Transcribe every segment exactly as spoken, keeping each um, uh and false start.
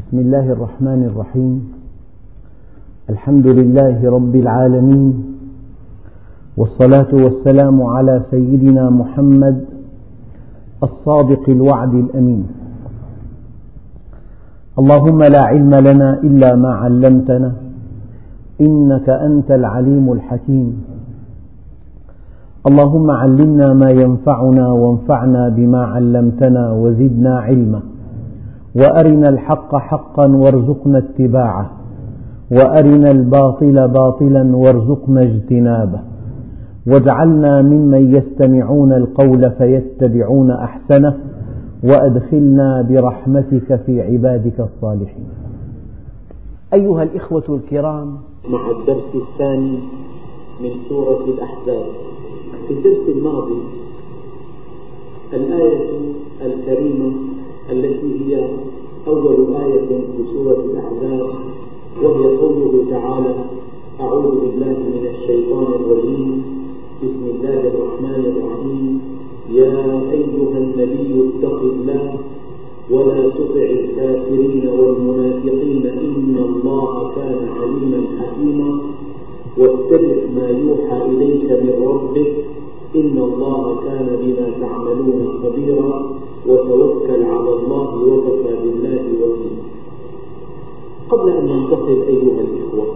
بسم الله الرحمن الرحيم. الحمد لله رب العالمين، والصلاة والسلام على سيدنا محمد الصادق الوعد الأمين. اللهم لا علم لنا إلا ما علمتنا إنك أنت العليم الحكيم. اللهم علمنا ما ينفعنا وانفعنا بما علمتنا وزدنا علما، وأرنا الحق حقا وارزقنا اتباعه، وأرنا الباطل باطلا وارزقنا اجتنابه، واجعلنا ممن يستمعون القول فيتبعون أحسنه، وأدخلنا برحمتك في عبادك الصالحين. أيها الإخوة الكرام، مع الدرس الثاني من سورة الأحزاب. في الدرس الماضي الآية الكريمة التي هي أول آية في سورة الأحزاب، وهي قوله تعالى: أعوذ بالله من الشيطان الرجيم، بسم الله الرحمن الرحيم، يا أيها النبي اتق الله ولا تطع الكافرين والمنافقين إن الله كان عليما حكيما، واتبع ما يوحى إليك من ربك إن الله كان بما تعملون خبيرا، وتوكل على الله وكفى بالله وكيلا. قبل أن ننتقل أيها الإخوة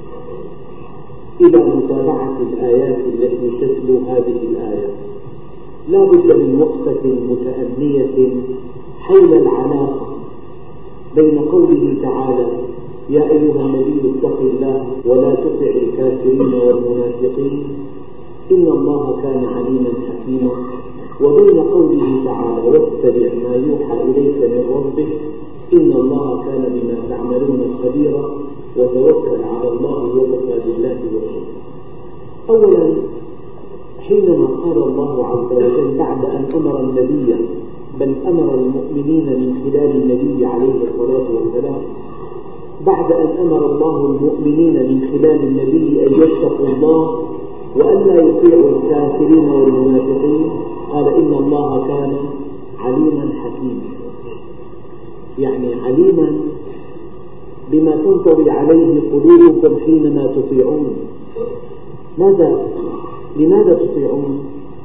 إلى متابعة الآيات التي تتلو هذه الآية، لا بد من وقفة متأنية حول العلاقة بين قوله تعالى: يا أيها النبي اتق الله ولا تطع الكافرين والمنافقين إن الله كان عليما حكيما، وبين قوله تعالى: واتبع ما يوحى إليك من ربك إن الله كان بما تعملون خبيرا، وتوكل على الله وكفى بالله وكيلا. أولا، حينما قال الله عز وجل بعد أن أمر النبي بل أمر المؤمنين من خلال النبي عليه الصلاة والسلام، بعد أن أمر الله المؤمنين من خلال النبي أن يتقوا الله وأن لا يطيعوا الكافرين والمنافقين، قال: إن الله كان عليما حكيما، يعني عليما بما تنطوي عليه قلوبكم حينما تطيعون. ماذا؟ لماذا تطيعون؟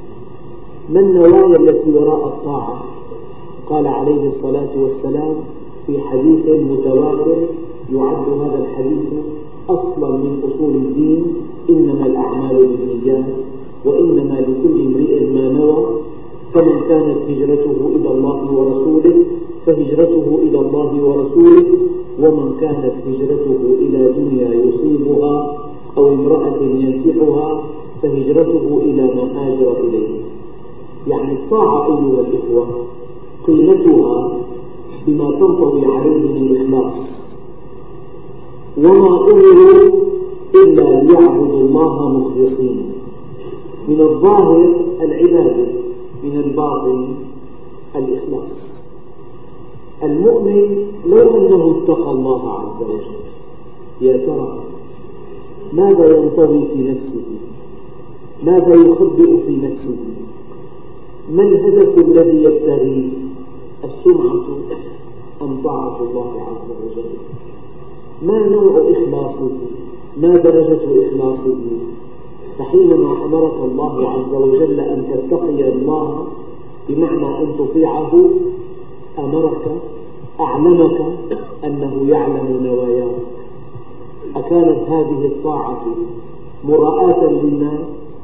ما النوايا التي وراء الطاعة؟ قال عليه الصلاة والسلام في حديث متواتر يعد هذا الحديث أصلا من أصول الدين: إنما الأعمال بالنيات وإنما لكل امرئ ما نوى، فمن كانت هجرته إلى الله ورسوله فهجرته إلى الله ورسوله، ومن كانت هجرته إلى دنيا يصيبها أو امرأة ينكحها فهجرته إلى ما هاجر إليه. يعني الطاعة أيها الإخوة قيمتها بما تنطوي عليه من الإخلاص، وما أمروا إلا ليعبدوا الله مخلصين. من الظاهر العبادة، من الباطن الإخلاص. المؤمن لو أنه اتقى الله عز وجل، يا ترى ماذا ينطوي في نفسه؟ ماذا يخبئ في نفسه؟ ما الهدف الذي يبتغيه؟ السمعة أم طاعة الله عز وجل؟ ما نوع إخلاصه؟ ما درجة إخلاصه؟ فحينما أمرك الله عز وجل أن تتقي الله بمعنى أن تطيعه، أمرك أعلمك أنه يعلم نواياك. أكانت هذه الطاعة مراءة للناس،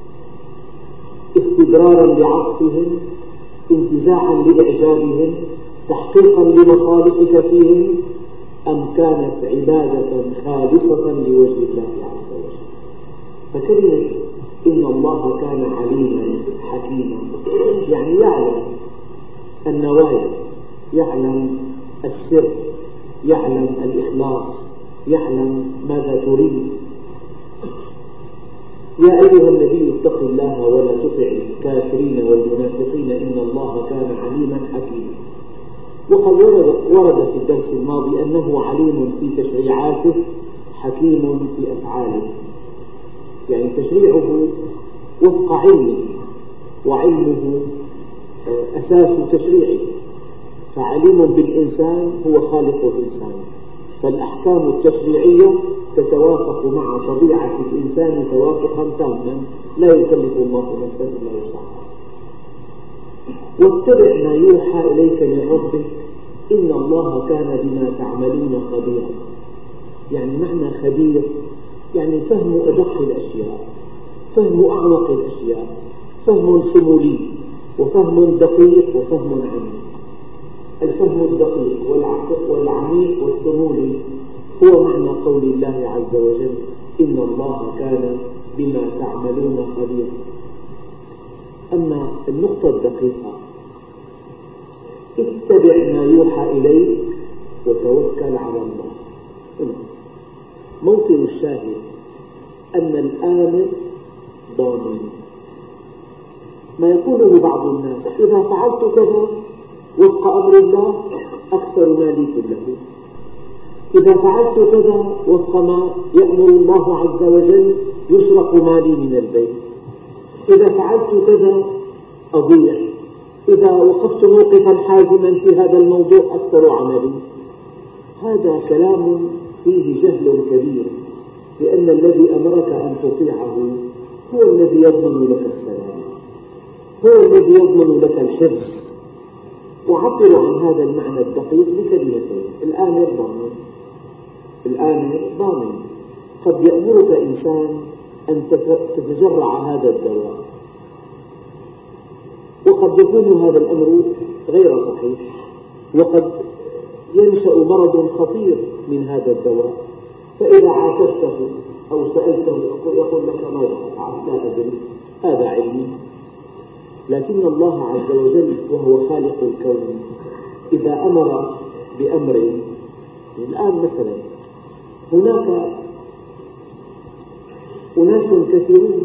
استدرارا لعطفهم، انتزاعا لإعجابهم، تحقيقا لمصالحك فيهم، أم كانت عبادة خالصة لوجه الله عز وجل؟ فكلمة إن الله كان عليما حكيما يعني يعلم النوايا، يعلم السر، يعلم الإخلاص، يعلم ماذا تريد. يا أيها النبي اتق الله ولا تطع الكافرين والمنافقين إن الله كان عليما حكيما. وقد ورد في الدرس الماضي أنه عليم في تشريعاته حكيم في أفعاله، يعني تشريعه وفق علمه، وعلمه أساس تشريعه. فعليم بالإنسان هو خالق الإنسان، فالأحكام التشريعية تتوافق مع طبيعة الإنسان توافقا تاما، لا يكلف الله نفسا إلا وسعها. واتبع ما يوحى إليك من ربك إن الله كان بما تعملون خبيرا. يعني معنى خبير يعني فهم أدق الأشياء، فهم أعمق الأشياء، فهم شمولي وفهم دقيق وفهم عميق. الفهم الدقيق والعميق والشمولي هو معنى قول الله عز وجل إن الله كان بما تعملون خبيرا. أما النقطة الدقيقة اتبع ما يوحى إليك وتوكل على الله. موطن الشاهد أن الآمر ضامن. ما يقوله بعض الناس إذا فعلت كذا وفق أمر الله أكثر مالي كله، إذا فعلت كذا وفق ما يأمر الله عز وجل يسرق مالي من البيت، إذا فعلت كذا أضيع، إذا وقفت موقفا حازما في هذا الموضوع أكثر عملي. هذا كلام فيه جهل كبير، لأن الذي أمرك أن تطيعه هو الذي يضمن لك السلام، هو الذي يضمن لك الحفظ. وعبروا عن هذا المعنى الدقيق بكلمتين: الآمر ضامن. الآمر ضامن. قد يأمرك إنسان أن تتجرع هذا الدواء، وقد يكون هذا الأمر غير صحيح، وقد ينشأ مرض خطير من هذا الدواء، فإذا عاتبته أو سألته يقول لك ماذا فعلت؟ لا أدري، هذا علمي. لكن الله عز وجل وهو خالق الكون إذا أمر بأمر، الآن مثلا هناك أناس كثيرون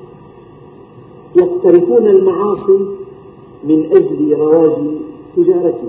يقترفون المعاصي من أجل رواج تجارتهم.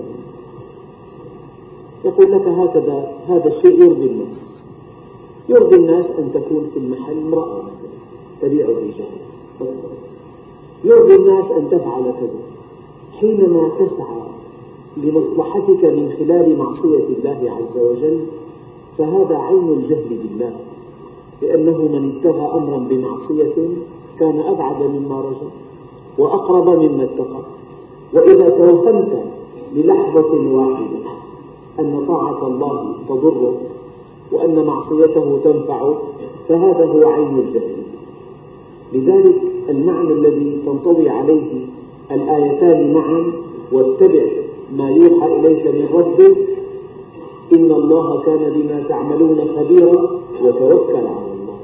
يقول لك هكذا هذا الشيء يرضي الناس، يرضي الناس أن تكون في المحل امرأة تبيع الرجال، يرضي الناس أن تفعل كذا. حينما تسعى لمصلحتك من خلال معصية الله عز وجل فهذا عين الجهل بالله، لأنه من ابتغى أمرا بمعصية كان أبعد مما رجا وأقرب مما اتقى. وإذا توهمت للحظة واحدة أن طاعة الله تضرك وأن معصيته تنفعك فهذا هو عين الجهل. لذلك المعنى الذي تنطوي عليه الآيتان معا واتبع ما يوحى إليك من ربك إن الله كان بما تعملون خبيرا وتوكل على الله.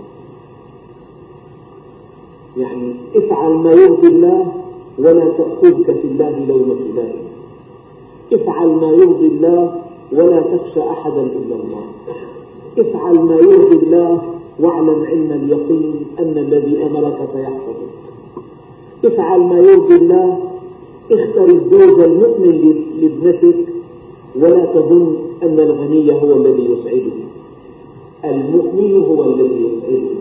يعني افعل ما يرضي الله ولا تأخذك في الله لومة لائم، افعل ما يرضي الله ولا تخشى أحدا إلا الله، افعل ما يرضي الله واعلم علم اليقين أن الذي أمرك سيحفظك، افعل ما يرضي الله، اختر الزوج المؤمن لابنتك ولا تظن أن الغني هو الذي يسعده، المؤمن هو الذي يسعده.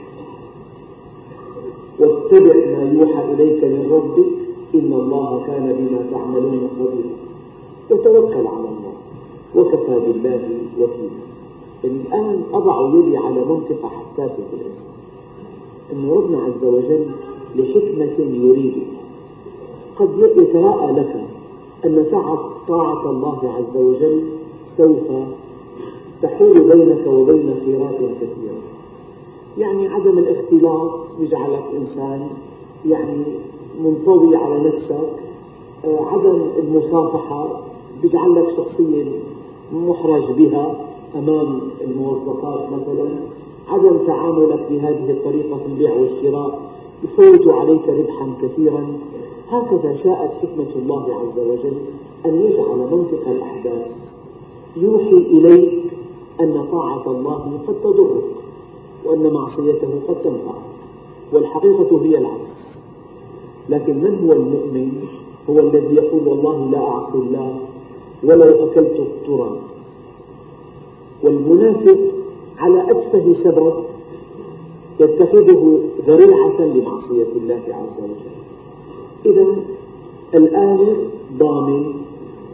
واتبع ما يوحى إليك من ربك إن الله كان بما تعملون خبيرا وتوكل على الله وكفى بالله وكيلا. الآن أضع يدي على منطقة حساسة في الإنسان، أن ربنا عز وجل لحكمة يريد قد يتراءى لك أن طاعة الله عز وجل سوف تحول بينك وبين خيرات كثيرة. يعني عدم الاختلاط يجعلك إنسان يعني منطوي على نفسك، عدم المصافحة يجعلك شخصيا محرج بها أمام الموظفات مثلا، عدم تعاملك بهذه الطريقة في البيع والشراء يفوت عليك ربحا كثيرا. هكذا شاءت حكمة الله عز وجل أن يجعل منطق الأحداث يوحي إليك أن طاعة الله قد تضرك وأن معصيته قد تنفعك، والحقيقة هي العكس. لكن من هو المؤمن؟ هو الذي يقول والله لا أعصي الله ولو أكلت التراب. والمنافق على أتفه سبب يتخذه ذريعة لمعصية الله عز وجل. إذن الآمر ضامن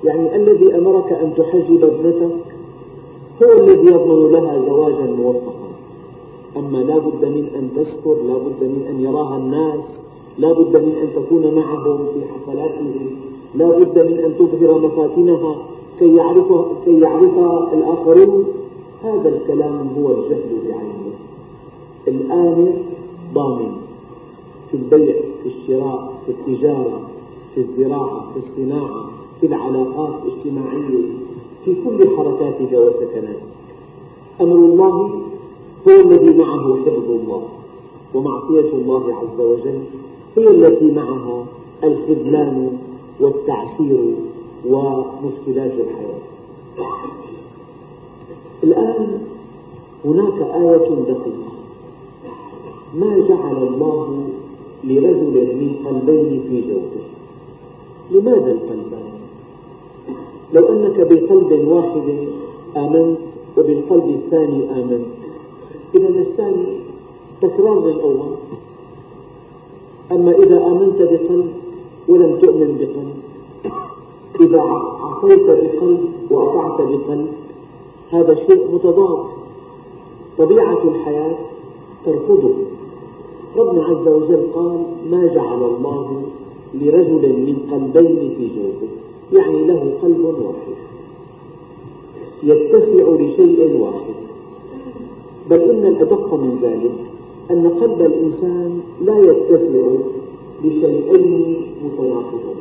يعني الذي أمرك أن تحجب ابنتك هو الذي يضمن لها زواجا موفقا. أما لا بد من أن تستر، لا بد من أن يراها الناس، لا بد من أن تكون معهم في حفلاته، لا بد من أن تظهر مفاتنها كي يعرفها, كي يعرفها الآخرون. هذا الكلام هو الجهل بعينه. الآمر ضامن في البيع، في الشراء، في التجارة، في الزراعة، في الصناعة، في العلاقات الاجتماعية، في كل حركاتك وسكناتك. أمر الله هو الذي معه حفظ الله، ومعصية الله عز وجل هي التي معها الخذلان والتعسير ومشكلات الحياة. الآن هناك آية دقيقة: ما جعل الله لرجل من قلبين في جوفه. لماذا القلبان؟ لو أنك بقلب واحد آمنت وبالقلب الثاني آمنت، إذا الثاني تكرار للأول. أما إذا آمنت بقلب ولم تؤمن بقلب، إذا عصيت بقلب وأطعت بقلب، هذا شيء متضاد، طبيعة الحياة ترفضه. ربنا عز وجل قال: ما جعل الله لرجل من قلبين في جوفه، يعني له قلب واحد يتسع لشيء واحد. بل إن الأدق من ذلك أن قلب الإنسان لا يتسع لشيئين متناقضين.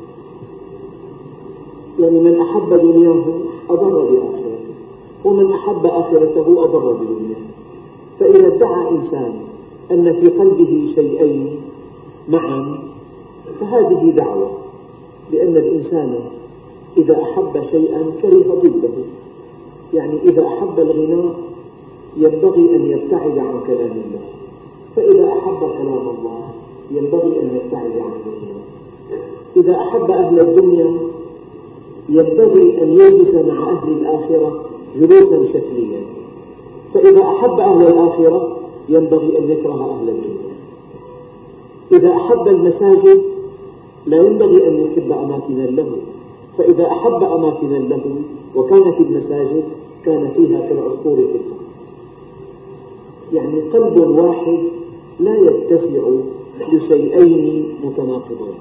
يعني من أحب دنياه أضر بآخرته، ومن أحب آخرته أضر بدنياه. فإذا ادعى إنسان أن في قلبه شيئين معا فهذه دعوة، لأن الإنسان إذا أحب شيئا كره ضده. يعني إذا أحب الغناء ينبغي أن يبتعد عن كلام الله، فإذا أحب كلام الله ينبغي أن يبتعد عن الغناء. إذا أحب أهل الدنيا ينبغي أن يجلس مع أهل الآخرة جلوسا شكليا، فإذا أحب أهل الآخرة ينبغي أن يكره أهل الدنيا. إذا أحب المساجد لا ينبغي أن يحب أماكن له، فإذا أحب أماكن له وكان في المساجد كان فيها كالعصفور في الأرض. يعني قلب واحد لا يتسع لشيئين متناقضين.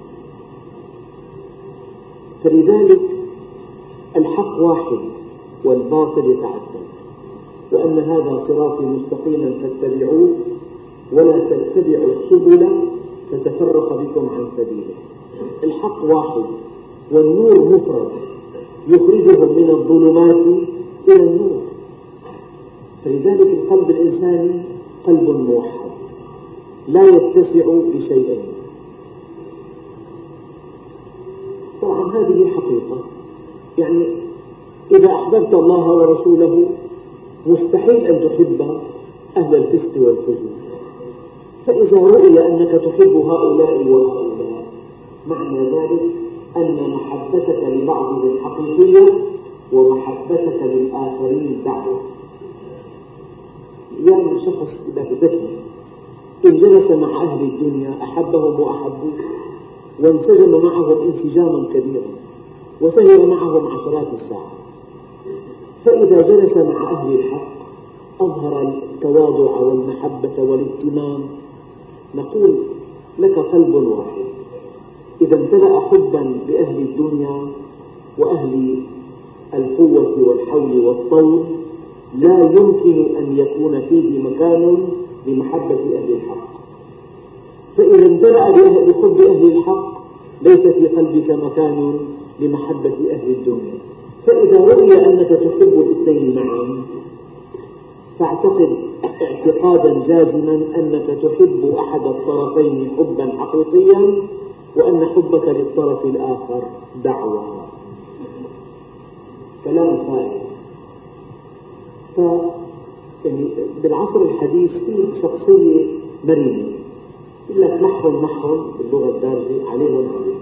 فلذلك الحق واحد والباطل يتعدد، وأن هذا صراطي مستقيما فاتبعوه ولا تتبعوا السبل فتفرق بكم عن سبيله. الحق واحد والنور مفرد يخرجهم من الظلمات إلى النور. فلذلك القلب الإنساني قلب موحد لا يتسع لشيئين. طبعا هذه حقيقة، يعني إذا أحببت الله ورسوله مستحيل أن تحب أهل الفسق والفجور. فإذا رؤي أنك تحب هؤلاء وهؤلاء معنى ذلك أن محبتك لبعضهم حقيقية ومحبتك للآخرين دعوة. يعني شخص ذكي إن جلس مع أهل الدنيا أحبهم وأحبوه وانسجم معهم انسجاما كبيرا وسهر معهم عشرات الساعات، فإذا جلس مع أهل الحق أظهر التواضع والمحبة والاهتمام، نقول لك قلب واحد. إذا امتلأ حبا لأهل الدنيا وأهل القوة والحول والطول لا يمكن أن يكون فيه مكان لمحبة أهل الحق. فإذا امتلأ بحب أهل الحق ليس في قلبك مكان لمحبة أهل الدنيا. فإذا رؤي أنك تحب الاثنين معا فاعتقد اعتقادا جازما أنك تحب أحد الطرفين حبا حقيقيا، وأن حبك للطرف الآخر دعوة. كلام فارغ. ف يعني بالعصر الحديث في شخصية مريضة يقول لك نحن نحن باللغة الدارجة عليهم عليهم،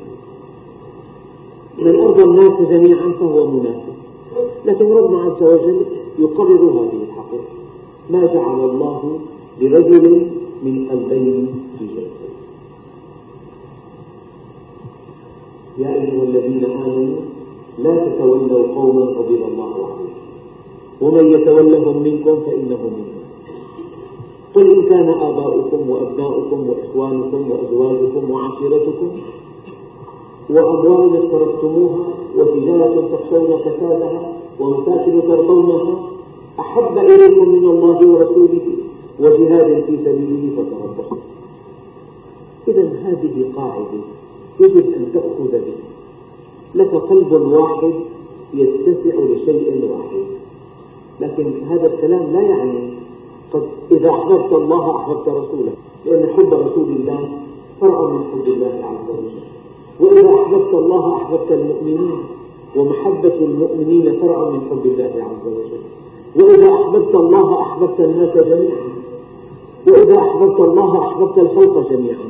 من أرضى الناس جميعا فهو منافق. لكن ربنا عز وجل يقرر هذه الحقيقة: ما جعل الله لرجل من قلبين في جوفه. يا أيها الذين آمنوا لا تتولوا قوما غضب الله عليهم ومن يتولهم منكم فإنه منهم. قل إن كان آباؤكم وأبناؤكم وإخوانكم وأزواجكم وعشيرتكم وأموال اقترفتموها وتجارة تخشون كسادها ومساكن ترضونها أحب إليكم من الله ورسوله وجهاد في سبيله فتربصوا. إذا هذه قاعدة يجب أن تأخذ بها. لك قلب واحد يتسع لشيء واحد، لكن هذا الكلام لا يعني قد إذا أحببت الله أحببت رسوله، لأن حب رسول الله فرع من حب الله عز وجل. وإذا أحببت الله أحببت المؤمنين، ومحبة المؤمنين فرع من حب الله عز وجل. وإذا أحببت الله أحببت الناس جميعا، وإذا أحببت الله أحببت الخلق جميعا.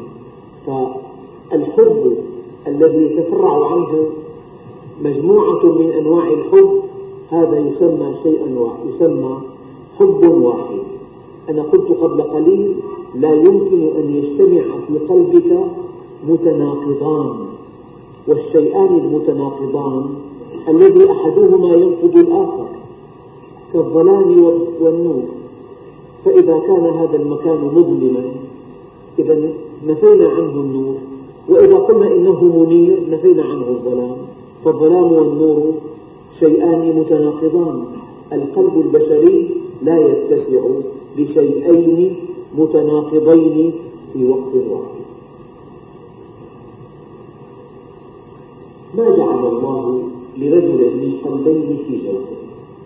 فالحب الذي يتفرع عنه مجموعة من أنواع الحب هذا يسمى شيئا واحد، يسمى حب واحد. أنا قلت قبل قليل لا يمكن أن يجتمع في قلبك متناقضان، والشيئان المتناقضان الذي أحدهما ينقض الآخر كالظلام والنور. فإذا كان هذا المكان مظلما إذا نفينا عنه النور، وإذا قلنا إنه منير نفينا عنه الظلام. فالظلام والنور شيئان متناقضان. القلب البشري لا يتسع لشيئين متناقضين في وقت واحد. ما جعل الله لرجل من قلبين في جوفه،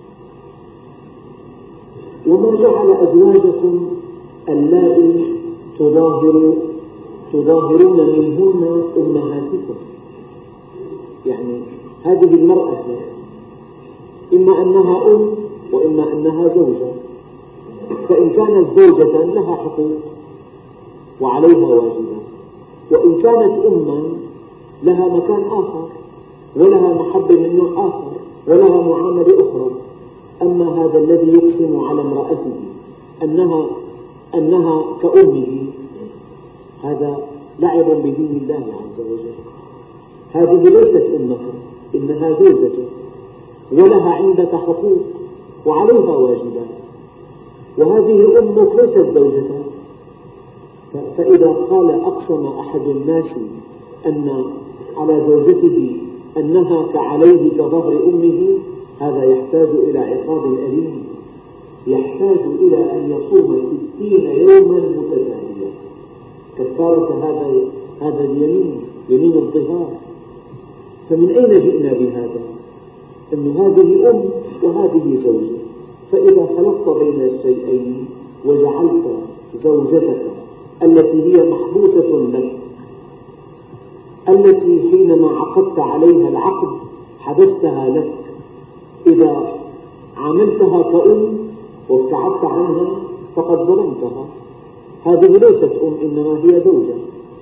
وما جعل أزواجكم اللائي تظاهر تظاهرون منهن أمهاتكم. يعني هذه المرأة إما أنها أم وإما أنها زوجة، فإن كانت زوجة لها حقوق وعليها واجبات، وإن كانت أما لها مكان آخر ولها محبة من نوع آخر ولها معاملة أخرى. أما هذا الذي يقسم على امرأته أنها, أنها كأمه هذا لعب بدين الله عز وجل. هذه ليست أمك، إنها زوجته ولها عندك حقوق وعليها واجبات، وهذه أمك ليست زوجتك. فإذا قال أقسم أحد الناس أن على زوجته أنها كعليه كظهر أمه هذا يحتاج إلى عقاب أليم، يحتاج إلى أن يصوم ستين يوما متتالية كفارة هذا هذا اليمين، يمين الظهار. فمن أين جئنا بهذا؟ أن هذه أم وهذه زوجة. فإذا خلطت بين الشيئين وجعلت زوجتك التي هي محبوسة لك، التي حينما عقدت عليها العقد حبستها لك، إذا عاملتها كأم وابتعدت عنها فقد ظلمتها. هذه ليست أم إنما هي زوجة.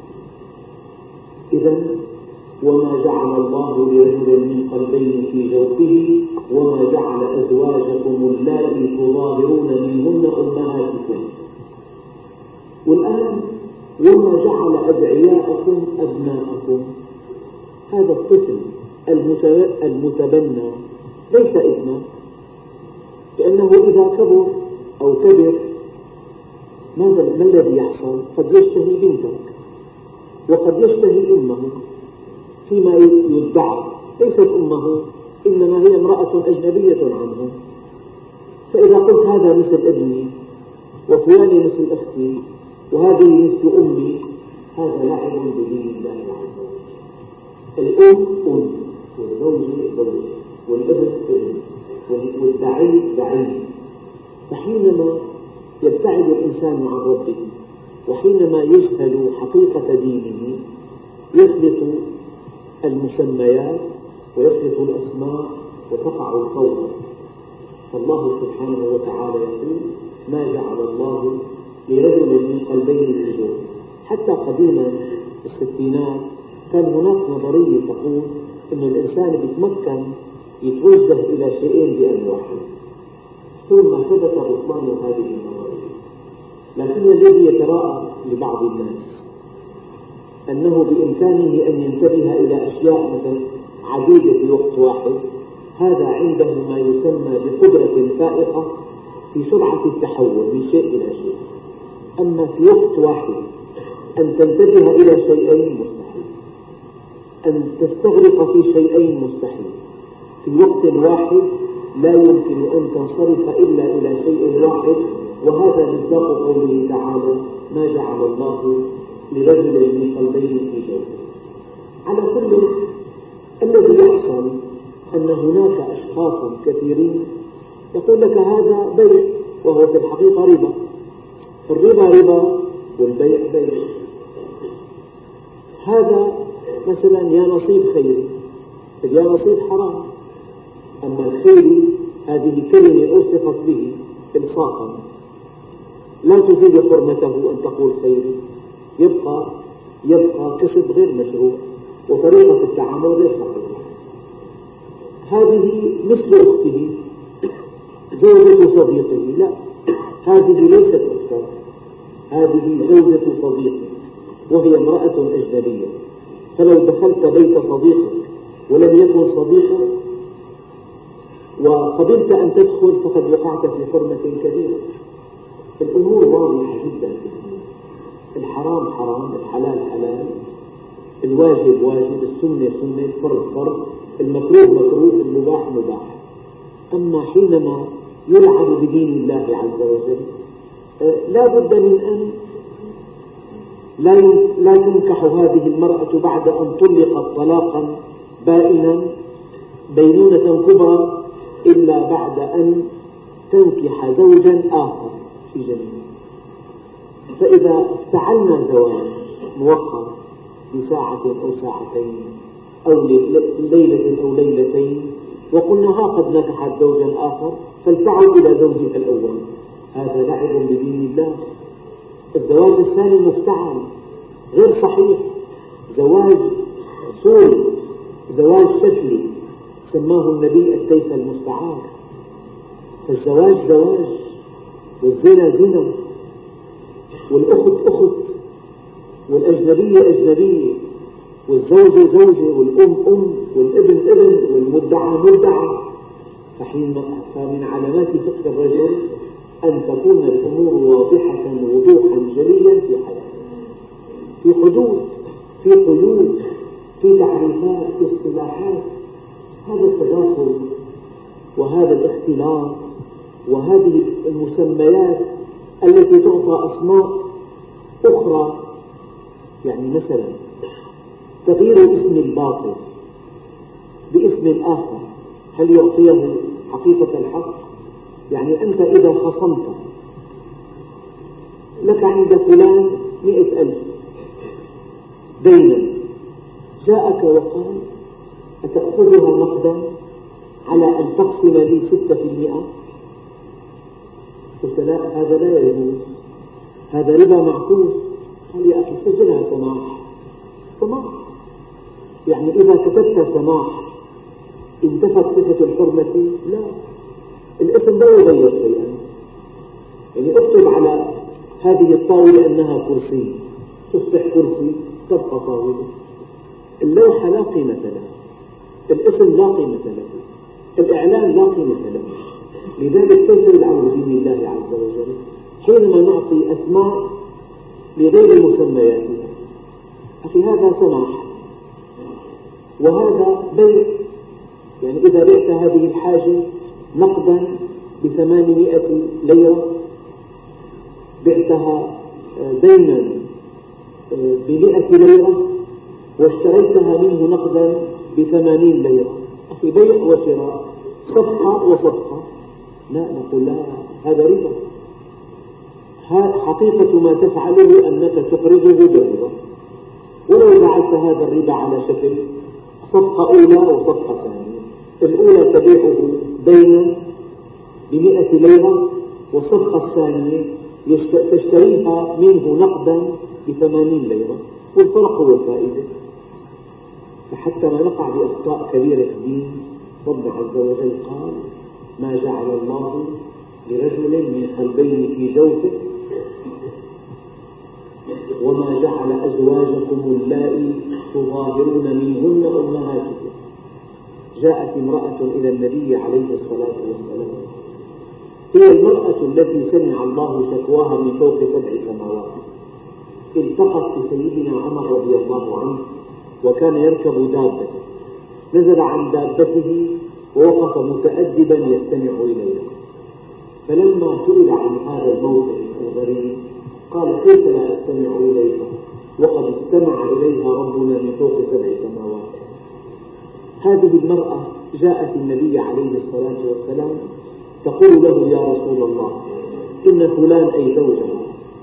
إذا وما جعل الله لرجل من قلبين في جوفه وما جعل أزواجكم اللاتي تظاهرون منهن أمهاتكم. والآن وما جعل أدعياءكم أبناءكم. هذا الطفل المتبنى ليس ابنك، لأنه إذا كبر أو كبر ماذا ما الذي يحصل؟ قد يشتهي بنتك وقد يشتهي أمه فيما يدعى ليست أمه إنما هي امرأة أجنبية عنه. فإذا قلت هذا مثل ابني وفلان مثل أختي وهذه مثل أمي هذا لعب بدين الله عز وجل. الأم أم والزوج زوج والابن ابن والدعي دعي. فحينما يبتعد الإنسان عن ربه وحينما يجهل حقيقة دينه يخلط المسميات ويخلط الأسماء وتقع الفوضى. فالله سبحانه وتعالى يقول ما جعل الله لرجل من قلبين في جوفه. حتى قديما في الستينات كان هناك نظرية تقول أن الإنسان يتمكن يتوجه إلى شيئين بأن واحد، ثم ثبت بطلان هذه النظرية. لكن الذي يتراءى لبعض الناس أنه بإمكانه أن ينتبه إلى أشياء عديدة في وقت واحد هذا عنده ما يسمى بقدرة فائقة في سرعة التحول من شيء إلى شيء. أما في وقت واحد أن تنتبه إلى شيئين مستحيل، أن تستغرق في شيئين مستحيل، في وقت واحد لا يمكن أن تنصرف إلا إلى شيء واحد، وهذا مصداق قوله تعالى: ما جعل الله لرجل من قلبين في جوفه. على كل، الذي يحصل أن هناك أشخاص كثيرين يقول لك هذا بيع، وهو في الحقيقة ربا. الربا ربا والبيع بيع. هذا مثلا يا نصيب خيري، يا نصيب حرام. أما الخيري هذه كلمة ألصقت به إلصاقا، لا تزيد حرمته أن تقول خيري، يبقى يبقى كسب غير مشروع وطريقة التعامل غير صحيحة. هذه مثل أخته زوجة صديقه، لا، هذه ليست أخته، هذه زوجة صديقه وهي امرأة أجنبية. فلو دخلت بيت صديقك ولم يكن صديقك وقبلت أن تدخل فقد وقعت في حرمة كبيرة. الأمور واضحة جدا، الحرام حرام، الحلال حلال، الواجب واجب، السنة سنة، الفرض فرض، المكروه مكروه، المباح مباح. أما حينما يلعب بدين الله عز وجل لا بد من أن لا تنكح هذه المرأة بعد أن طلقت طلاقا بائنا بينونة كبرى إلا بعد أن تنكح زوجا آخر في جميع. فإذا افتعلنا زواج موقت لساعة أو ساعتين أو ليلة أو ليلتين وقلنا ها قد نكحت زوجا آخر فلتعد إلى زوجها الأول، هذا لعب بدين الله. الزواج الثاني مفتعل غير صحيح، زواج سوء، زواج شكلي، سماه النبي السيف المستعار. فالزواج زواج، والزنا زنا، والأخت أخت، والأجنبية أجنبية، والزوجة زوجة، والأم أم، والابن ابن، والمدعى مدعى. فمن علامات فقه الرجل أن تكون الأمور واضحة وضوحا جليا في حياته، في حدود، في قيود، في تعريفات، في اصطلاحات. هذا التداخل وهذا الاختلاط وهذه المسميات التي تعطى أسماء أخرى، يعني مثلا تغيير اسم الباطل باسم آخر هل يعطيه حقيقة الحق؟ يعني أنت إذا خصمت لك عند فلان مئة ألف دينا، جاءك وقال أتأخذها نقدا على أن تقسم لي ستة في المئة؟ قلت لا، هذا لا يجوز، هذا ربا معكوس. قال يا أخي سجلها سماح. سماح يعني إذا كتبت سماح انتفت صفة الحرمة؟ لا، الاسم لا يغير شيئا. يعني اكتب على هذه الطاولة أنها كرسي، تصبح كرسي تبقى طاولة. اللوحة لا قيمة لها، الاسم لا قيمة له، الإعلان لا قيمة له. لذلك كيف يلعب بدين الله عز وجل حينما نعطي أسماء لغير مسمياتها؟ أخي هذا سماح وهذا بيع. يعني إذا بعت هذه الحاجة نقدا بثمانمائة ليرة، بعتها دينا بمئة ليرة واشتريتها منه نقدا بثمانين ليرة، أخي بيع وشراء، صفقة وصفقة. لا، نقول لا، هذا ربا. حقيقة ما تفعله أنك تقرضه بالربا، ولو جعلت هذا الربا على شكل صفقة أولى وصفقة ثانية، الأولى تبيعه دينا بمئة ليرة والصفقة الثانية تشتريها منه نقدا بثمانين ليرة، والفرق هو الفائدة. فحتى ما نقع بأخطاء كبيرة في الدين، رب عز وجل قال ما جعل الله لرجل من قلبين في جوفه وما جعل أزواجكم اللائي تظاهرون منهن أمهاتكم. جاءت امرأة إلى النبي عليه الصلاة والسلام، هي المرأة التي سمع الله شكواها من فوق سبع سماوات. التقت بسيدنا عمر رضي الله عنه وكان يركب دابة، نزل عن دابته ووقف متأدبا يستمع إليها، فلما سئل عن هذا الموقف الغريب قال: كيف لا أستمع إليها وقد استمع إليها ربنا من فوق سبع سماوات. هذه المرأة جاءت النبي عليه الصلاة والسلام تقول له: يا رسول الله، إن فلان أي زوجها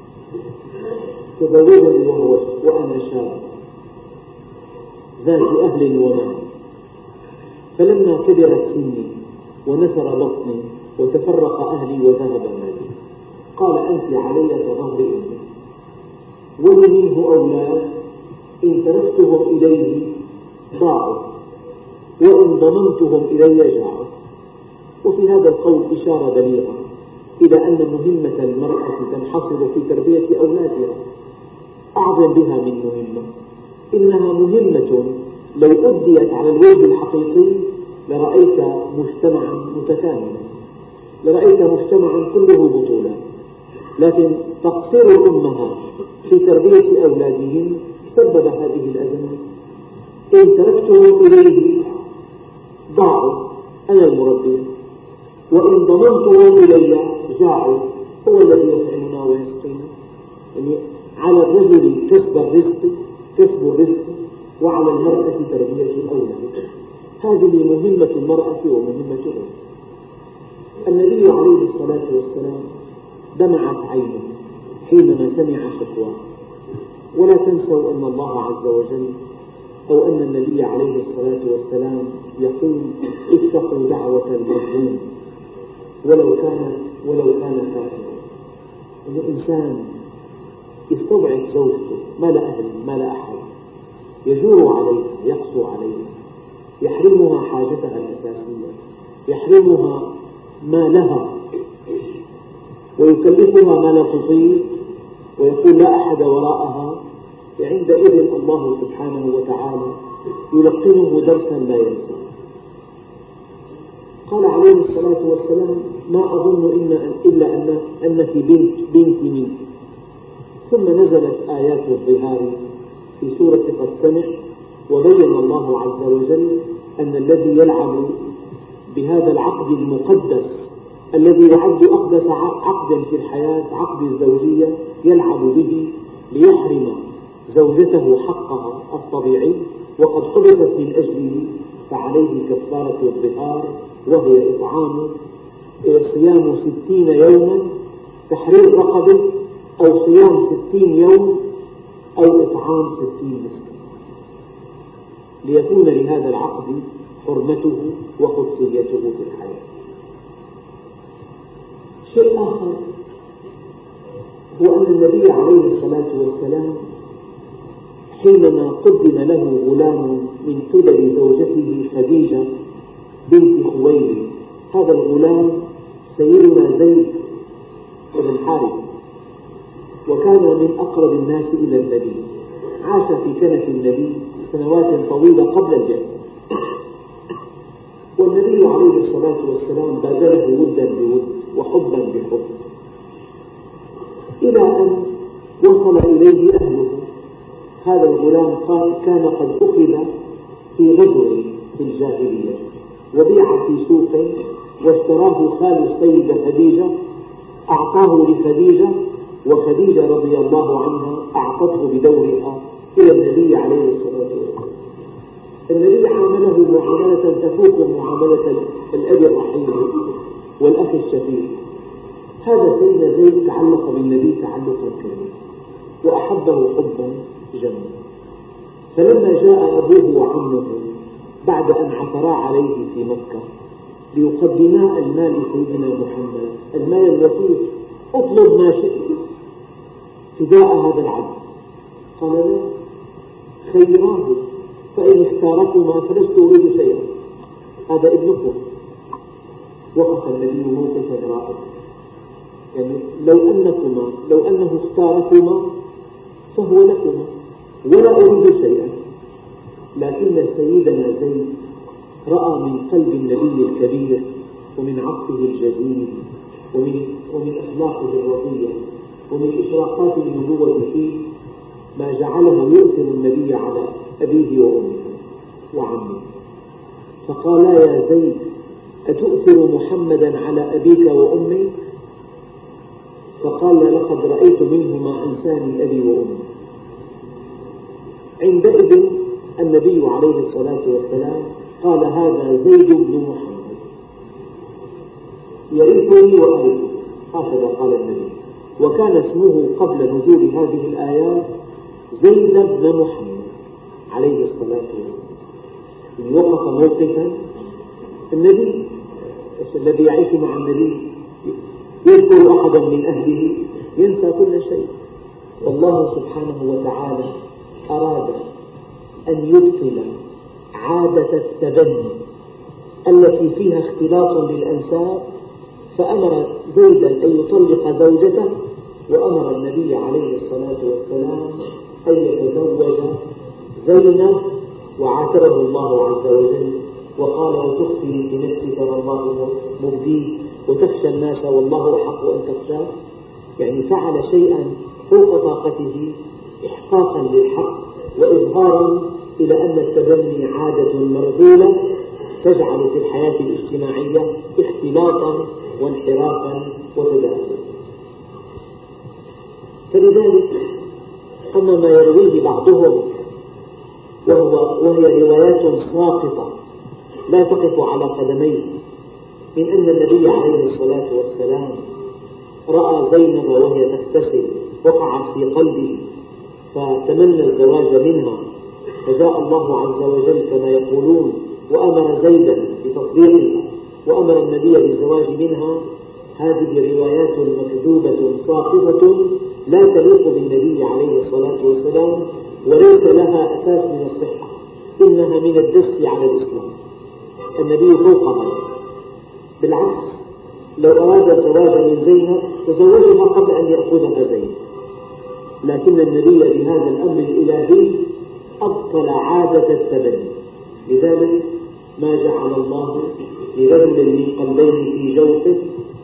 تزوجني وهو وأنا شاب ذات أهل ومال، فلما كبرت سني ونثر بطني وتفرق أهلي وذهب مالي، قال: أنت علي كظهر أمي، ولي منه أولاد إن تركتهم إليه ضاعوا وإن ضممتهم إلي جاعوا. وفي هذا القول إشارة بليغة إلى أن مهمة المرأة تنحصر في تربية أولادها، أعظم بها من مهمة، إنها مهمة لو أديت على الوجه الحقيقي لرأيت مجتمعا متكاملا، لرأيت مجتمعا كله بطولة، لكن تقصير الأمهات في تربية أولادهم سبب هذه الأزمة. إن تركتهم إليه ضاعوا، أنا المربي، وإن ضمنتهم إلي جاعوا، هو الذي يطعمنا ويسقينا. يعني على الرجل كسب الرزق كسب الرزق وعلى المرأة تربية الأولاد. هذه مهمة المرأة ومهمة الرجل. النبي عليه الصلاة والسلام دمعت عينه حينما سمع شكواه، ولا تنسوا أن الله عز وجل أو أن النبي عليه الصلاة والسلام يقول: اتقوا دعوة المظلوم ولو كان ولو كان كافرا. الإنسان يستضعف زوجته، ما لا أهل ما لا أحد، يجور عليها، يقسو عليها، يحرمها حاجتها الأساسية، يحرمها ما لها، ويكلفها ما لا تطيق، ويقول: لا أحد وراءها. عندئذ الله سبحانه وتعالى يلقنه درسا لا ينسى. قال عليه الصلاة والسلام: ما أظن إن إلا أن أنك بنت بنت منك. ثم نزلت آيات الظهار في سورة قد سمع، وبين الله عز وجل أن الذي يلعب بهذا العقد المقدس الذي يعد أقدس عقد في الحياة، عقد الزوجية، يلعب به ليحرم زوجته حقها الطبيعي وقد حبست من أجله، فعليه كفارة الظهار، وهي إطعام صيام ستين يوما، تحرير رقبة، أو صيام ستين يوم، أو إطعام ستين مسكين، ليكون لهذا العقد حرمته وقدسيته في الحياة. شيء آخر هو أن النبي عليه الصلاة والسلام حينما قدم له غلام من قبل زوجته خديجة بنت خويلد، هذا الغلام سيدنا زيد بن حارثة، وكان من أقرب الناس إلى النبي، عاش في كنف النبي سنوات طويلة قبل البعثة، والنبي عليه الصلاة والسلام بادله ودا بود وحبا بحب، إلى أن وصل إليه أهله. هذا الغلام كان قد أخذ في غزو في الجاهلية وبيع في سوق، واشتراه خال السيدة خديجة، أعطاه لخديجة، وخديجة رضي الله عنها أعطته بدورها إلى النبي عليه الصلاة والسلام. النبي عامله معاملة تفوق معاملة الأب الرحيم والأخ الشفيق. هذا سيدنا زيد تعلق بالنبي تعلقا كبيرا وأحبه حبا جما، فلما جاء أبوه وعمه بعد أن عثرا عليه في مكة ليقدما المال لسيدنا محمد، المال الوفير، اطلب ما شئت فداء هذا العبد، قال لا، خيراه، فإن اختاركما فلست أريد شيئا، هذا ابنكم. وقف النبي موقفا رائعا، يعني لو أنكما لو أنه اختاركما فهو لكما ولا أريد شيئا، لكن سيدنا زيد رأى من قلب النبي الكبير ومن عطفه الجزيل ومن, ومن أخلاقه الرضية ومن إشراقات النبوة فيه ما جعله يؤثر النبي على أبيه وأمه وعمه، فقال يا زيد أتؤثر محمدا على أبيك وأمك؟ فقال لقد رأيت منه ما أنساني أبي وأمي. عندئذ النبي عليه الصلاة والسلام قال هذا زيد بن محمد يرثني وأرثه، هكذا قال النبي. وكان اسمه قبل نزول هذه الآيات زيد بن محمد عليه الصلاة والسلام. وقف موقفا النبي الذي يعيش مع النبي يذكر أحدا من أهله ينسى كل شيء. والله سبحانه وتعالى أراد أن يبطل عادة التبني التي فيها اختلاط بالأنساب، فأمر زيدا أن يطلق زوجته، وأمر النبي عليه الصلاة والسلام أن يتزوج زينب، وعاتبه الله عز وجل وقال وتخفي في نفسك ما الله مبديه وتخشى الناس والله أحق أن تخشاه. يعني فعل شيئا فوق طاقته إحقاقا للحق وإظهارا إلى أن التبني عادة مرذولة تجعل في الحياة الاجتماعية اختلاطا وانحرافا وتداخلا. فلذلك أما ما يرويه بعضهم وهو وهي روايات ساقطة لا تقف على قدميه، من أن النبي عليه الصلاة والسلام رأى زينب وهي تغتسل وقعت في قلبه فتمنى الزواج منها، فجاء الله عز وجل كما يقولون وأمر زيدا بتصديقها وأمر النبي بالزواج منها. هذه روايات مكذوبة ساقطة لا تليق بالنبي عليه الصلاة والسلام وليس لها أساس من الصحة، إنها من الدس على الإسلام. النبي فوق هذا، بالعكس لو أراد الزواج من زينب تزوجها قبل أن يأخذها زينب، لكن النبي بهذا الأمر الإلهي أبطل عادة التبني. لذلك ما جعل الله لرجل من قلبين في جوفه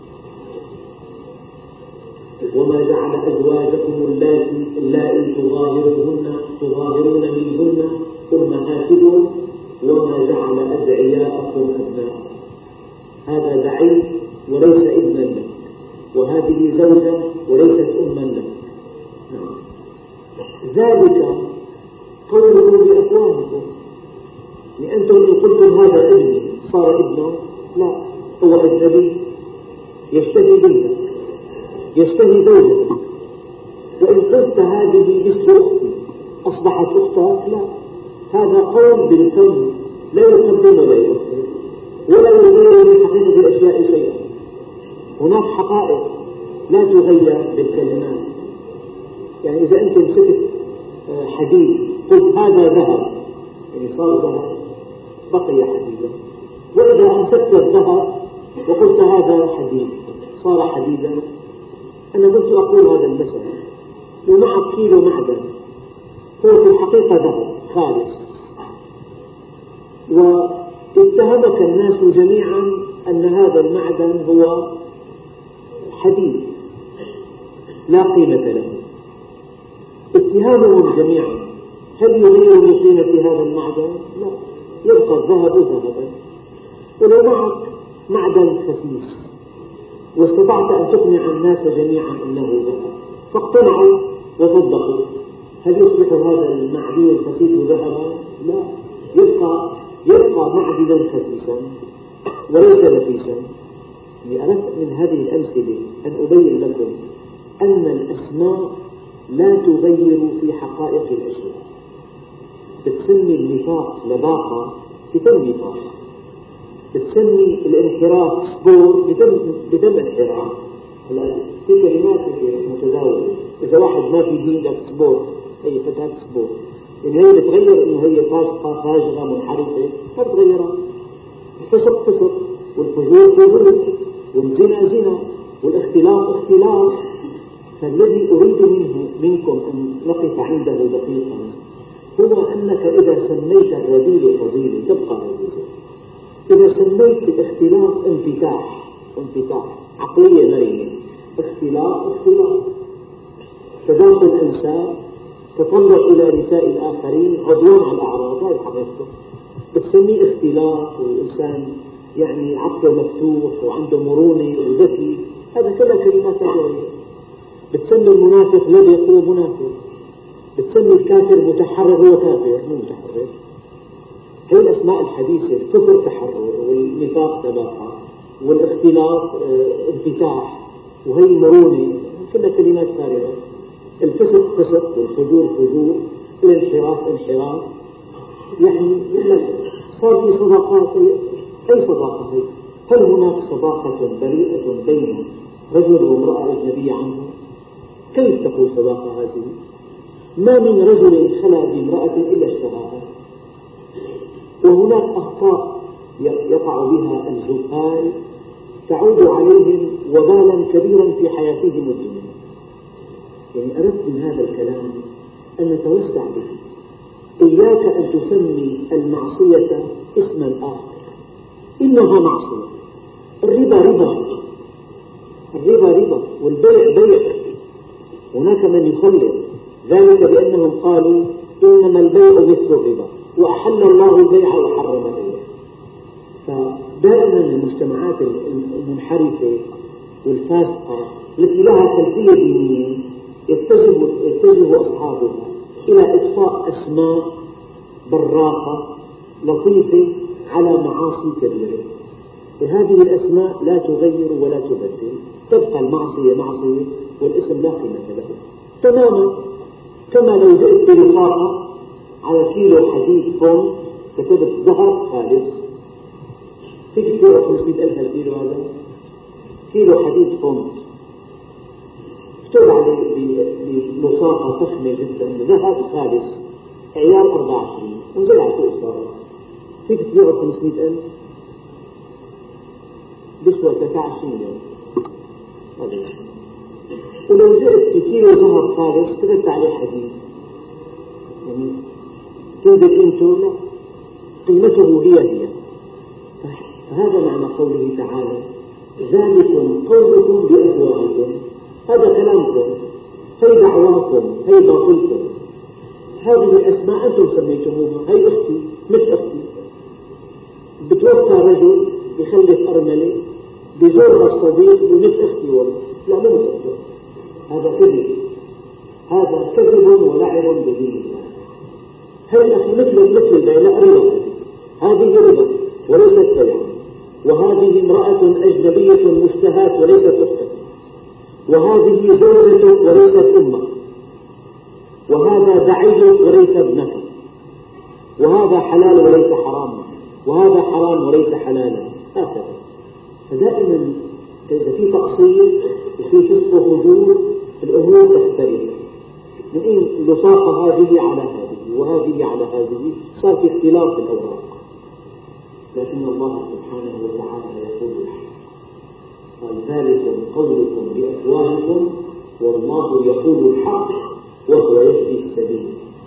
وما جعل أزواجكم اللائي تظاهرون تظاهرون منهن أمهاتكم وما جعل أدعياءكم أبناءكم. هذا دعي وليس ابنا لك، وهذه زوجة وليست أما لك. نعم. ذلك قوله بأفواهكم، لأنتم إن قلتم هذا ابني صار ابنا، لا، هو أجنبي يشتهي بنتك يشتهي زوجتك. وإن قلت هذه مثل أختي أصبحت أختك، لا، هذا قول بالفم لا يقدم ولا يؤخر ولا يغير من حقيقة الأشياء شيئا. هناك حقائق لا تغير بالكلمات. يعني إذا أنت مسكت حديد قلت هذا ذهب، يعني صار ذهب بقي حديدا. وإذا أمسكت الذهب وقلت هذا حديد صار حديدا. أنا كنت أقول هذا المثل، ومعك كيلو معدن هو في الحقيقة ذهب خالص، واتهمك الناس جميعا أن هذا المعدن هو حديد لا قيمة له. اتهامهم جميعا هل يغير من قيمة هذا المعدن؟ لا، يبقى الذهب ذهبا. ولو معك معدن خسيس واستطعت أن تقنع الناس جميعا أنه ذهب فاقتنعوا وصدقوا، هل يصبح هذا المعدن الخسيس ذهبا؟ لا، يبقى يبقى معدنا خسيسا وليس نفيسا. لأردت من هذه الأمثلة أن أبين لكم أن الأسماء لا تغير في حقائق الأشياء. بتسمي النفاق لباقة بتم نفاق، بتسمي الانحراف سبور بتم انحراف. هلا في كلمات متداولة، إذا واحد ما في دين لك سبور، هي فتاة سبور، يعني هي بتغير إنه هي فاسقة فاجرة منحرفة، ما بتغيرها. الفسق فسق، والفجور فجور، والزنا زنا، والاختلاط اختلاط. فالذي أريد منه منكم أن نقف عنده دقيقا هو أنك إذا سميت الرذيل فضيل تبقى رذيلا، إذا سميت الاختلاف انفتاح انفتاح عقلية مرنة، اختلاف اختلاف تداخل الأنساب، تطلع إلى نساء الآخرين، عدوان على الأعراض، هذه حقيقته. بتسميه اختلاف والإنسان يعني عقله مفتوح وعنده مرونة وذكي، هذا كلها كلمات لغوية. بتسمي المنافق الذي يقول منافق، بتسمي الكافر متحرر هو كافر مو متحرر. هي الأسماء الحديثة، الكفر تحرر، والنفاق تباقى، والاختلاف انفتاح، وهي مرونة، كلها كلمات فارغة. الفسق فسق، والفجور فجور، الانحراف انحراف. يعني صار في صداقات. أي صداقة هي؟ هل هناك صداقة بريئة بين رجل وامرأة أجنبية عنه؟ كيف تكون صداقة هذه؟ ما من رجل خلا بامرأة إلا اشتهاها. وهناك أخطاء يقع بها الجهال تعود عليهم وبالا كبيرا في حياتهم الدنيا. يعني أردت من هذا الكلام أن نتوسع به. إياك أن تسمي المعصية اسما آخر، إنها معصية. الربا ربا، الربا ربا، والبيع بيع. هناك من يخلط ذلك بأنهم قالوا إنما البيع مثل الربا، وأحل الله البيع وحرم الربا. فدائما المجتمعات المنحرفة والفاسقة التي لها خلفية دينية يتجه يتجه أصحابها إلى إضفاء أسماء براقة لطيفة على معاصي كبيرة، وهذه الأسماء لا تغير ولا تبدل، تبقى المعصية معصية والاسم لا قيمة له تماما. كما لو جئت بلصاقة على كيلو حديد فون كتبت ذهب خالص، فيك تبيعه خمسمئة ألف الكيلو هذا؟ كيلو حديد فون اكتب عليه بلصاقة فخمة جدا ذهب خالص عيار أربعة وعشرين، انزل على سوق الصاغة، فيك تبيعه خمسمئة ألف؟ بيسوى ثلاثة عشر مليون. ولو جئت بكيلو ذهب خالص كتبت عليه حديد، يعني تنزل قيمته؟ لا، قيمته هي هي. فهذا معنى قوله تعالى ذلكم قولكم بأفواهكم، هذا كلامكم، هي دعواكم، هي باطلكم، هذه الأسماء أنتم سميتموها. هي أختي مثل أختي، بتوفى رجل بخلف أرملة بزورها الصديق ومثل أختي، والله لا مو مثل أختي، هذا كذب، هذا كذب ولعب بدين الله. هي أخي مثل مثل البيع، لا ربا، هذه ربا وليست بيع، وهذه امرأة أجنبية مشتهاة وليست أختك، وهذه زوجتك وليست أمك، وهذا بعيرك وليس ابنك، وهذا حلال وليس حرام، وهذا حرام وليس حلالا، هكذا. فدائما إذا في تقصير وفي فسق وفجور الأمور تختلف، من إن اللصاقة هذه على هذه وهذه على هذه، صار في اختلاف في الأوراق. لكن الله سبحانه وتعالى يقول الحق، قال ذلكم قولكم بأفواهكم والله يقول الحق وهو يهدي السبيل.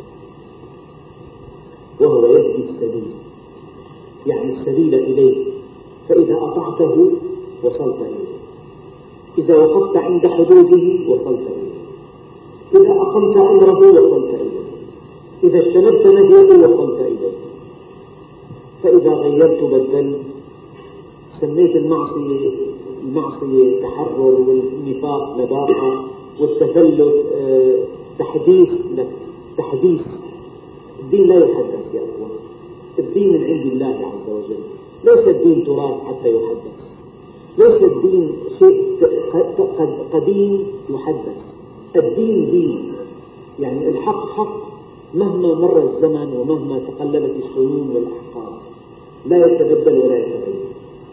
وهو يهدي السبيل يعني السبيل إليه، فإذا أطعته وصلت إليه، إذا وقفت عند حدوده وصلت إليه، إذا أقمت أمره وصلت إليه، إذا اجتنبت نهيه وصلت إليه. فإذا غيرت بدلت، سميت المعصية المعصية تحرر، والنفاق لباقة، والتفلت اه تحديث لك تحديث. الدين لا يحدث يا أخوان، الدين من عند الله عز وجل، ليس الدين تراث حتى يحدث، ليس الدين شيء قديم يحدث، الدين دين، يعني الحق حق مهما مر الزمن ومهما تقلبت السنون والأحقاب، لا يتبدل ولا يتغير.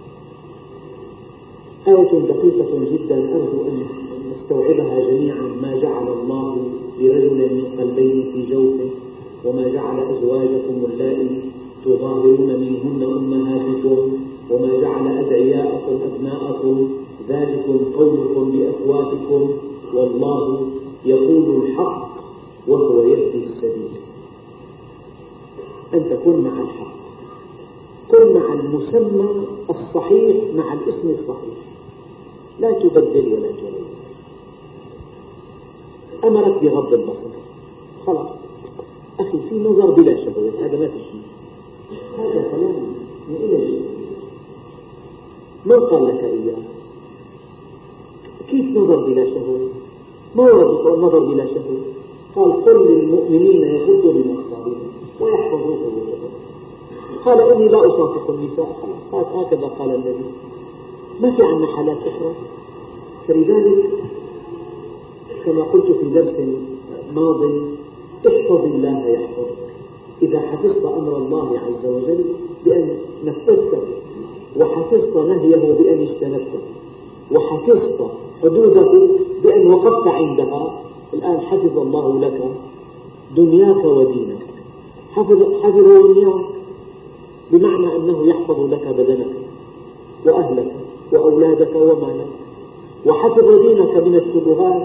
آية دقيقة جدا أرجو أن نستوعبها جميعا. ما جعل الله لرجل من قلبين في جوفه وما جعل أزواجكم اللائي تظاهرون منهن أمهاتكم وما جعل أدعياءكم أبناءكم ذلكم قولكم بأفواهكم والله يقول الحق وهو يهدي السبيل. أن تكون مع الحق، كن مع المسمى الصحيح مع الاسم الصحيح، لا تبدل ولا تغير. أمرك بغض البصر، خلاص أخي في نظر بلا شهوة، هذا ما في شيء، هذا كلام من أين جاء؟ من قال لك إياه؟ كيف نظر بلا شهوة؟ ما ورد النظر بلا شهوة؟ قال قل للمؤمنين يغضوا من أبصارهم ويحفظوا فروجهم. قال إني لا أصافح النساء، خلاص هكذا قال النبي، ما في عندنا حالات أخرى. فلذلك كما قلت في درس ماضي احفظ الله يحفظك. إذا حفظت أمر الله عز وجل بأن نفذته، وحفظت نهيه بأن اجتنبته، وحفظت حدوده بأن وقفت عندها، الآن حفظ الله لك دنياك ودينك. حفظ, حفظ دنياك بمعنى أنه يحفظ لك بدنك وأهلك وأولادك ومالك، وحفظ دينك من الشبهات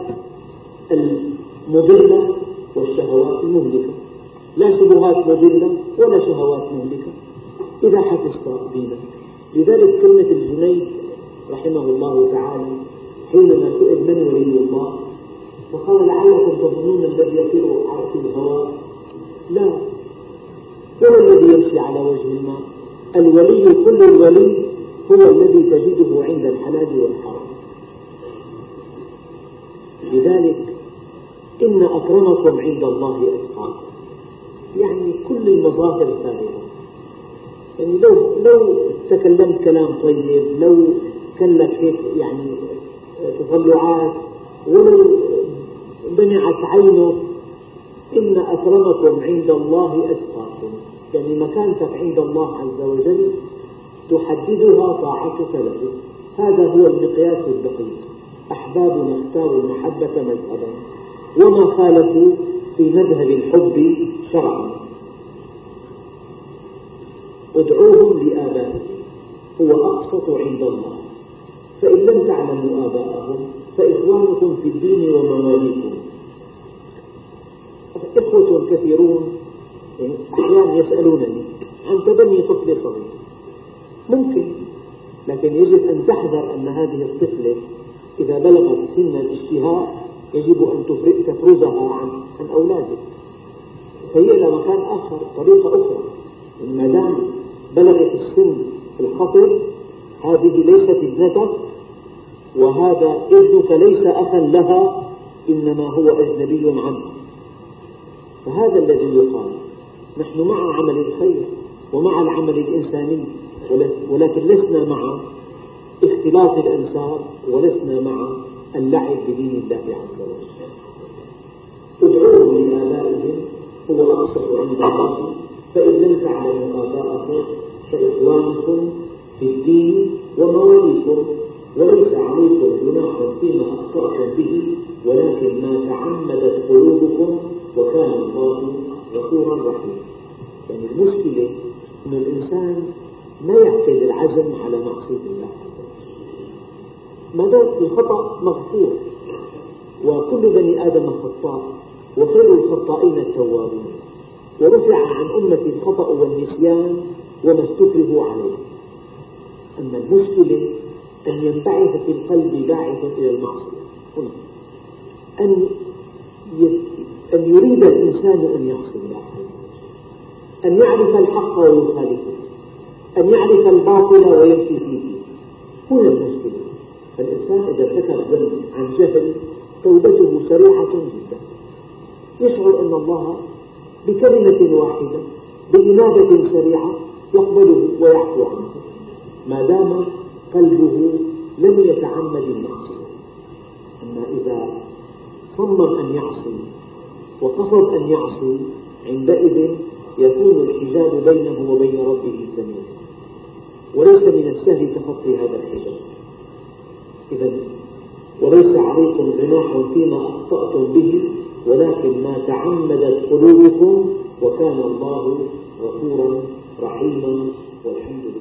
المضلة والشهوات المهلكة. لا شبهات مضلة ولا شهوات مهلكة إذا حفظت دينك. لذلك كلمة الجنيد رحمه الله تعالى حينما سئل من ولي الله فقال لعلكم تظنون الذي يطير في الهواء، لا، ولا الذي يمشي على وجه الماء. الولي كل الولي هو الذي تجده عند الحلال والحرام. لذلك إن أكرمكم عند الله أتقاكم، يعني كل المظاهر فارغة. يعني لو لو تكلمت كلام طيب، لو كان لك هيك يعني تطلعات، ولو دمعت عينك، إن أكرمكم عند الله أتقاكم، يعني مكانتك عند الله عز وجل تحددها طاعتك له. هذا هو المقياس الدقيق. أحبابنا اختاروا المحبة مذهبا، وما خالفوا في مذهب الحب شرعا. ادعوهم لآبائهم هو أقسط عند الله، فإن لم تعلموا آباءهم فإخوانكم في الدين ومواليكم. إخوة كثيرون يعني أحيانا يسألونني عن تبني طفل صغير، ممكن، لكن يجب أن تحذر أن هذه الطفلة إذا بلغت سن الاشتهاء يجب أن تفرزها عن, عن أولادك، فهي إلى مكان آخر، طريقة أخرى. ما دام بلغت السن الخطر، هذه ليست ابنتك، وهذا ابنك ليس أخا لها، إنما هو أجنبي عنها. فهذا الذي يقال. نحن مع عمل الخير ومع العمل الإنساني، ولكن لسنا مع اختلاط الأنساب، ولسنا مع اللعب بدين الله عز وجل. ادعوهم لآبائهم هو أقسط عند الله، فإن لم تعلموا آباءكم فإخوانكم في الدين ومواليكم، وليس عليكم جناح فيما أخطأتم به، ولكن ما تعمدت قلوبكم، وكان الله غفورا رحيما. يعني المشكلة أن الإنسان ما يعقد العزم على معصية الله، ما دام الخطأ مغفور، وكل بني آدم خطاء، وخير الخطائين التوابون، ورفع عن أمة الخطأ والنسيان وما استكرهوا عليه. أما المشكلة أن ينبعث في القلب باعث إلى المعصية، هنا أن أن يريد الإنسان أن يعصي الله، أن يعرف الحق ويخالفه، أن يعرف الباطل ويمشي فيه، هنا المشكلة. فالإنسان إذا ارتكب ذنب عن جهل توبته سريعة جدا، يشعر أن الله بكلمة واحدة بإنابة سريعة يقبله ويعفو عنه، ما دام قلبه لم يتعمد المعصية. أما إذا صمم أن يعصي وقصد أن يعصي، عندئذ يكون الحجاب بينه وبين ربه سميا، وليس من السهل تخطي هذا الحجاب. إذن وليس عليكم جناح فيما أخطأتم به، ولكن ما تعمدت قلوبكم، وكان الله غفورا رحيما، والحمد لله.